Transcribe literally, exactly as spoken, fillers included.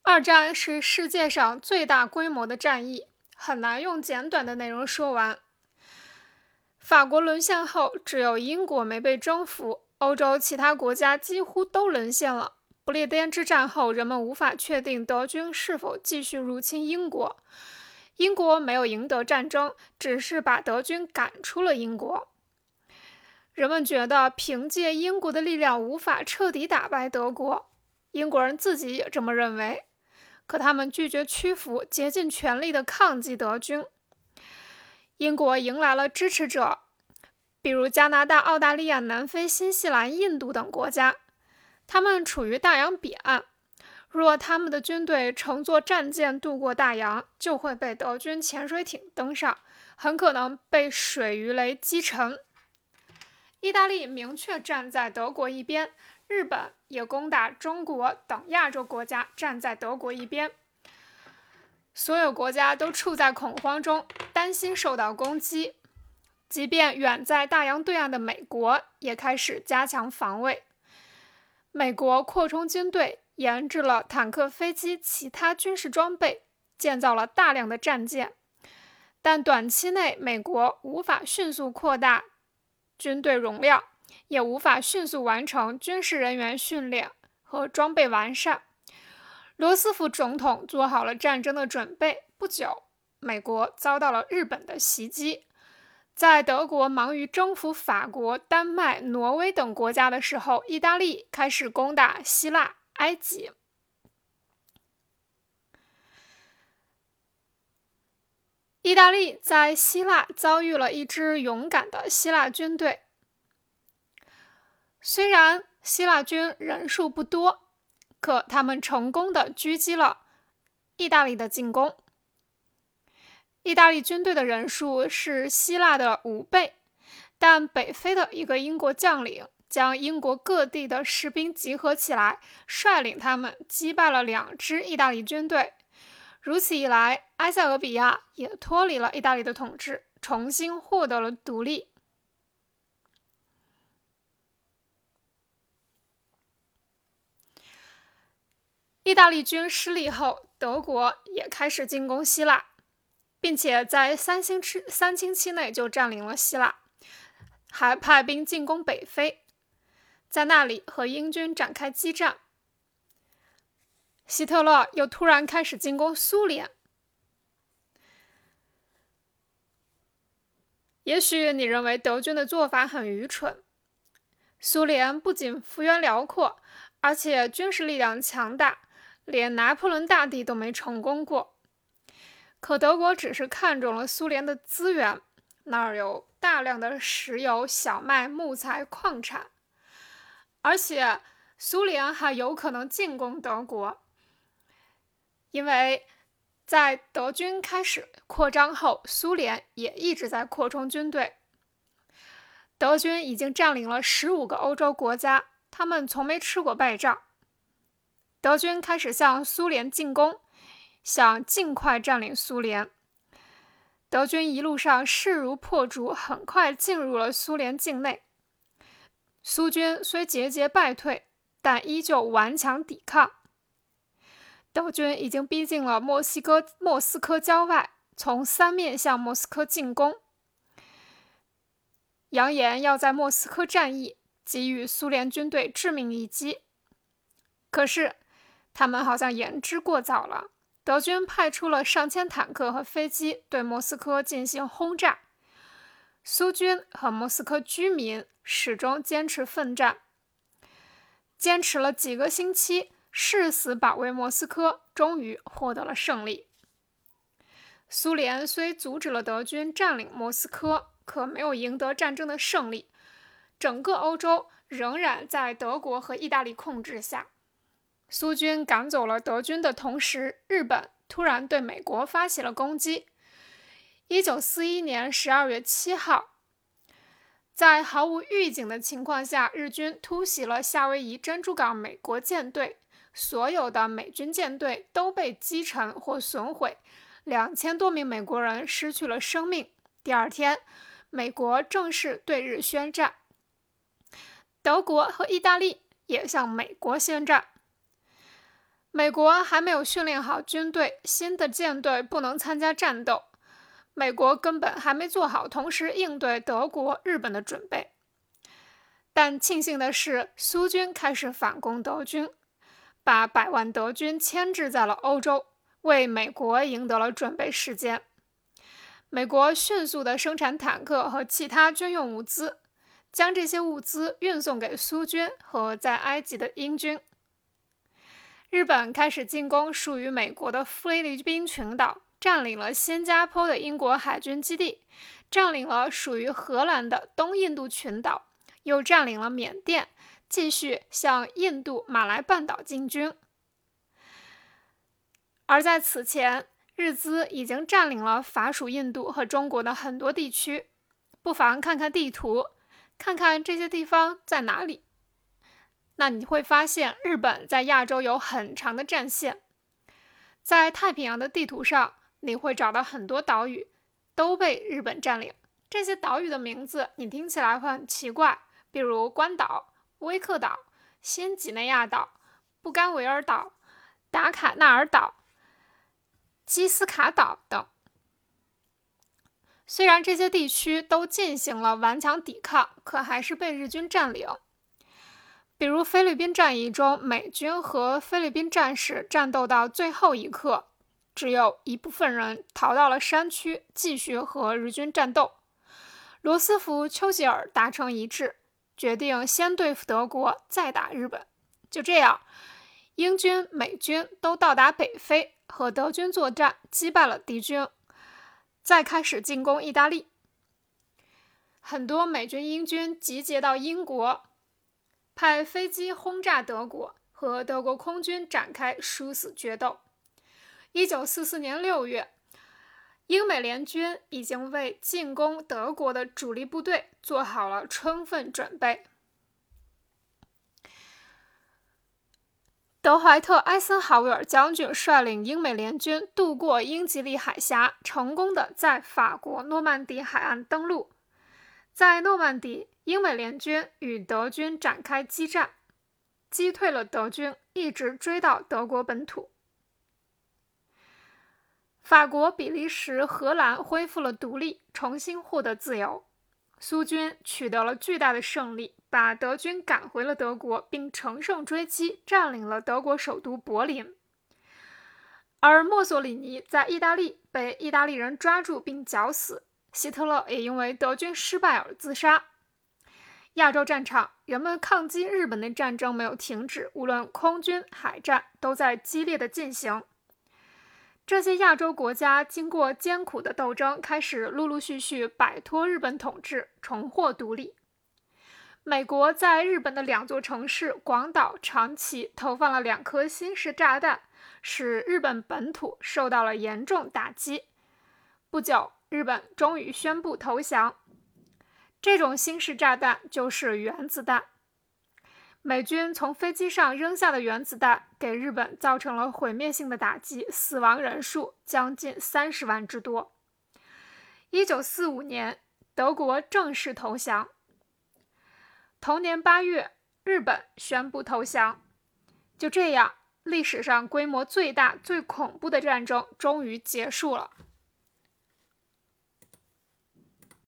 二战是世界上最大规模的战役，很难用简短的内容说完。法国沦陷后，只有英国没被征服，欧洲其他国家几乎都沦陷了。不列颠之战后，人们无法确定德军是否继续入侵英国。英国没有赢得战争，只是把德军赶出了英国。人们觉得凭借英国的力量无法彻底打败德国，英国人自己也这么认为。可他们拒绝屈服，竭尽全力地抗击德军。英国迎来了支持者，比如加拿大、澳大利亚、南非、新西兰、印度等国家。他们处于大洋彼岸，若他们的军队乘坐战舰渡过大洋，就会被德军潜水艇登上，很可能被水鱼雷击沉。意大利明确站在德国一边，日本也攻打中国等亚洲国家，站在德国一边。所有国家都处在恐慌中，担心受到攻击。即便远在大洋对岸的美国也开始加强防卫。美国扩充军队，研制了坦克、飞机、其他军事装备，建造了大量的战舰。但短期内，美国无法迅速扩大军队容量，也无法迅速完成军事人员训练和装备完善。罗斯福总统做好了战争的准备，不久，美国遭到了日本的袭击。在德国忙于征服法国、丹麦、挪威等国家的时候，意大利开始攻打希腊、埃及。意大利在希腊遭遇了一支勇敢的希腊军队。虽然希腊军人数不多，可他们成功地狙击了意大利的进攻。意大利军队的人数是希腊的五倍，但北非的一个英国将领将英国各地的士兵集合起来，率领他们击败了两支意大利军队。如此一来，埃塞俄比亚也脱离了意大利的统治，重新获得了独立。意大利军失利后，德国也开始进攻希腊，并且在三星期三星期内就占领了希腊，还派兵进攻北非，在那里和英军展开激战。希特勒又突然开始进攻苏联。也许你认为德军的做法很愚蠢，苏联不仅幅员辽阔，而且军事力量强大，连拿破仑大帝都没成功过。可德国只是看中了苏联的资源，那儿有大量的石油、小麦、木材、矿产，而且苏联还有可能进攻德国，因为在德军开始扩张后，苏联也一直在扩充军队。德军已经占领了十五个欧洲国家，他们从没吃过败仗。德军开始向苏联进攻，想尽快占领苏联。德军一路上势如破竹，很快进入了苏联境内。苏军虽节节败退，但依旧顽强抵抗。德军已经逼近了墨西哥莫斯科郊外，从三面向莫斯科进攻，扬言要在莫斯科战役给予苏联军队致命一击。可是他们好像言之过早了，德军派出了上千坦克和飞机对莫斯科进行轰炸。苏军和莫斯科居民始终坚持奋战，坚持了几个星期，誓死保卫莫斯科，终于获得了胜利。苏联虽阻止了德军占领莫斯科，可没有赢得战争的胜利。整个欧洲仍然在德国和意大利控制下。苏军赶走了德军的同时，日本突然对美国发起了攻击。一九四一年十二月七号，在毫无预警的情况下，日军突袭了夏威夷珍珠港美国舰队，所有的美军舰队都被击沉或损毁，两千多名美国人失去了生命。第二天，美国正式对日宣战，德国和意大利也向美国宣战。 美国还没有训练好军队，新的舰队不能参加战斗，美国根本还没做好同时应对德国、日本的准备。但庆幸的是，苏军开始反攻德军，把百万德军牵制在了欧洲，为美国赢得了准备时间。美国迅速地生产坦克和其他军用物资，将这些物资运送给苏军和在埃及的英军。日本开始进攻属于美国的菲律宾群岛，占领了新加坡的英国海军基地，占领了属于荷兰的东印度群岛，又占领了缅甸，继续向印度马来半岛进军。而在此前，日资已经占领了法属印度和中国的很多地区，不妨看看地图，看看这些地方在哪里。那你会发现，日本在亚洲有很长的战线。在太平洋的地图上，你会找到很多岛屿都被日本占领。这些岛屿的名字你听起来会很奇怪，比如关岛、威克岛、新几内亚岛、布干维尔岛、达卡纳尔岛、基斯卡岛等。虽然这些地区都进行了顽强抵抗，可还是被日军占领。比如菲律宾战役中，美军和菲律宾战士战斗到最后一刻，只有一部分人逃到了山区，继续和日军战斗。罗斯福、丘吉尔达成一致，决定先对付德国，再打日本。就这样，英军、美军都到达北非，和德军作战，击败了敌军，再开始进攻意大利。很多美军、英军集结到英国，派飞机轰炸德国，和德国空军展开殊死决斗。一九四四年六月，英美联军已经为进攻德国的主力部队做好了充分准备。德怀特·艾森豪威尔将军率领英美联军渡过英吉利海峡，成功的在法国诺曼底海岸登陆。在诺曼底，英美联军与德军展开激战，击退了德军，一直追到德国本土。法国、比利时、荷兰恢复了独立，重新获得自由。苏军取得了巨大的胜利，把德军赶回了德国，并乘胜追击，占领了德国首都柏林。而墨索里尼在意大利被意大利人抓住并绞死，希特勒也因为德军失败而自杀。亚洲战场，人们抗击日本的战争没有停止，无论空军、海战都在激烈的进行。这些亚洲国家经过艰苦的斗争，开始陆陆续续摆脱日本统治，重获独立。美国在日本的两座城市广岛、长崎投放了两颗新式炸弹，使日本本土受到了严重打击。不久，日本终于宣布投降。这种新式炸弹就是原子弹。美军从飞机上扔下的原子弹给日本造成了毁灭性的打击，死亡人数将近三十万之多。一九四五年，德国正式投降。同年八月，日本宣布投降。就这样，历史上规模最大、最恐怖的战争终于结束了。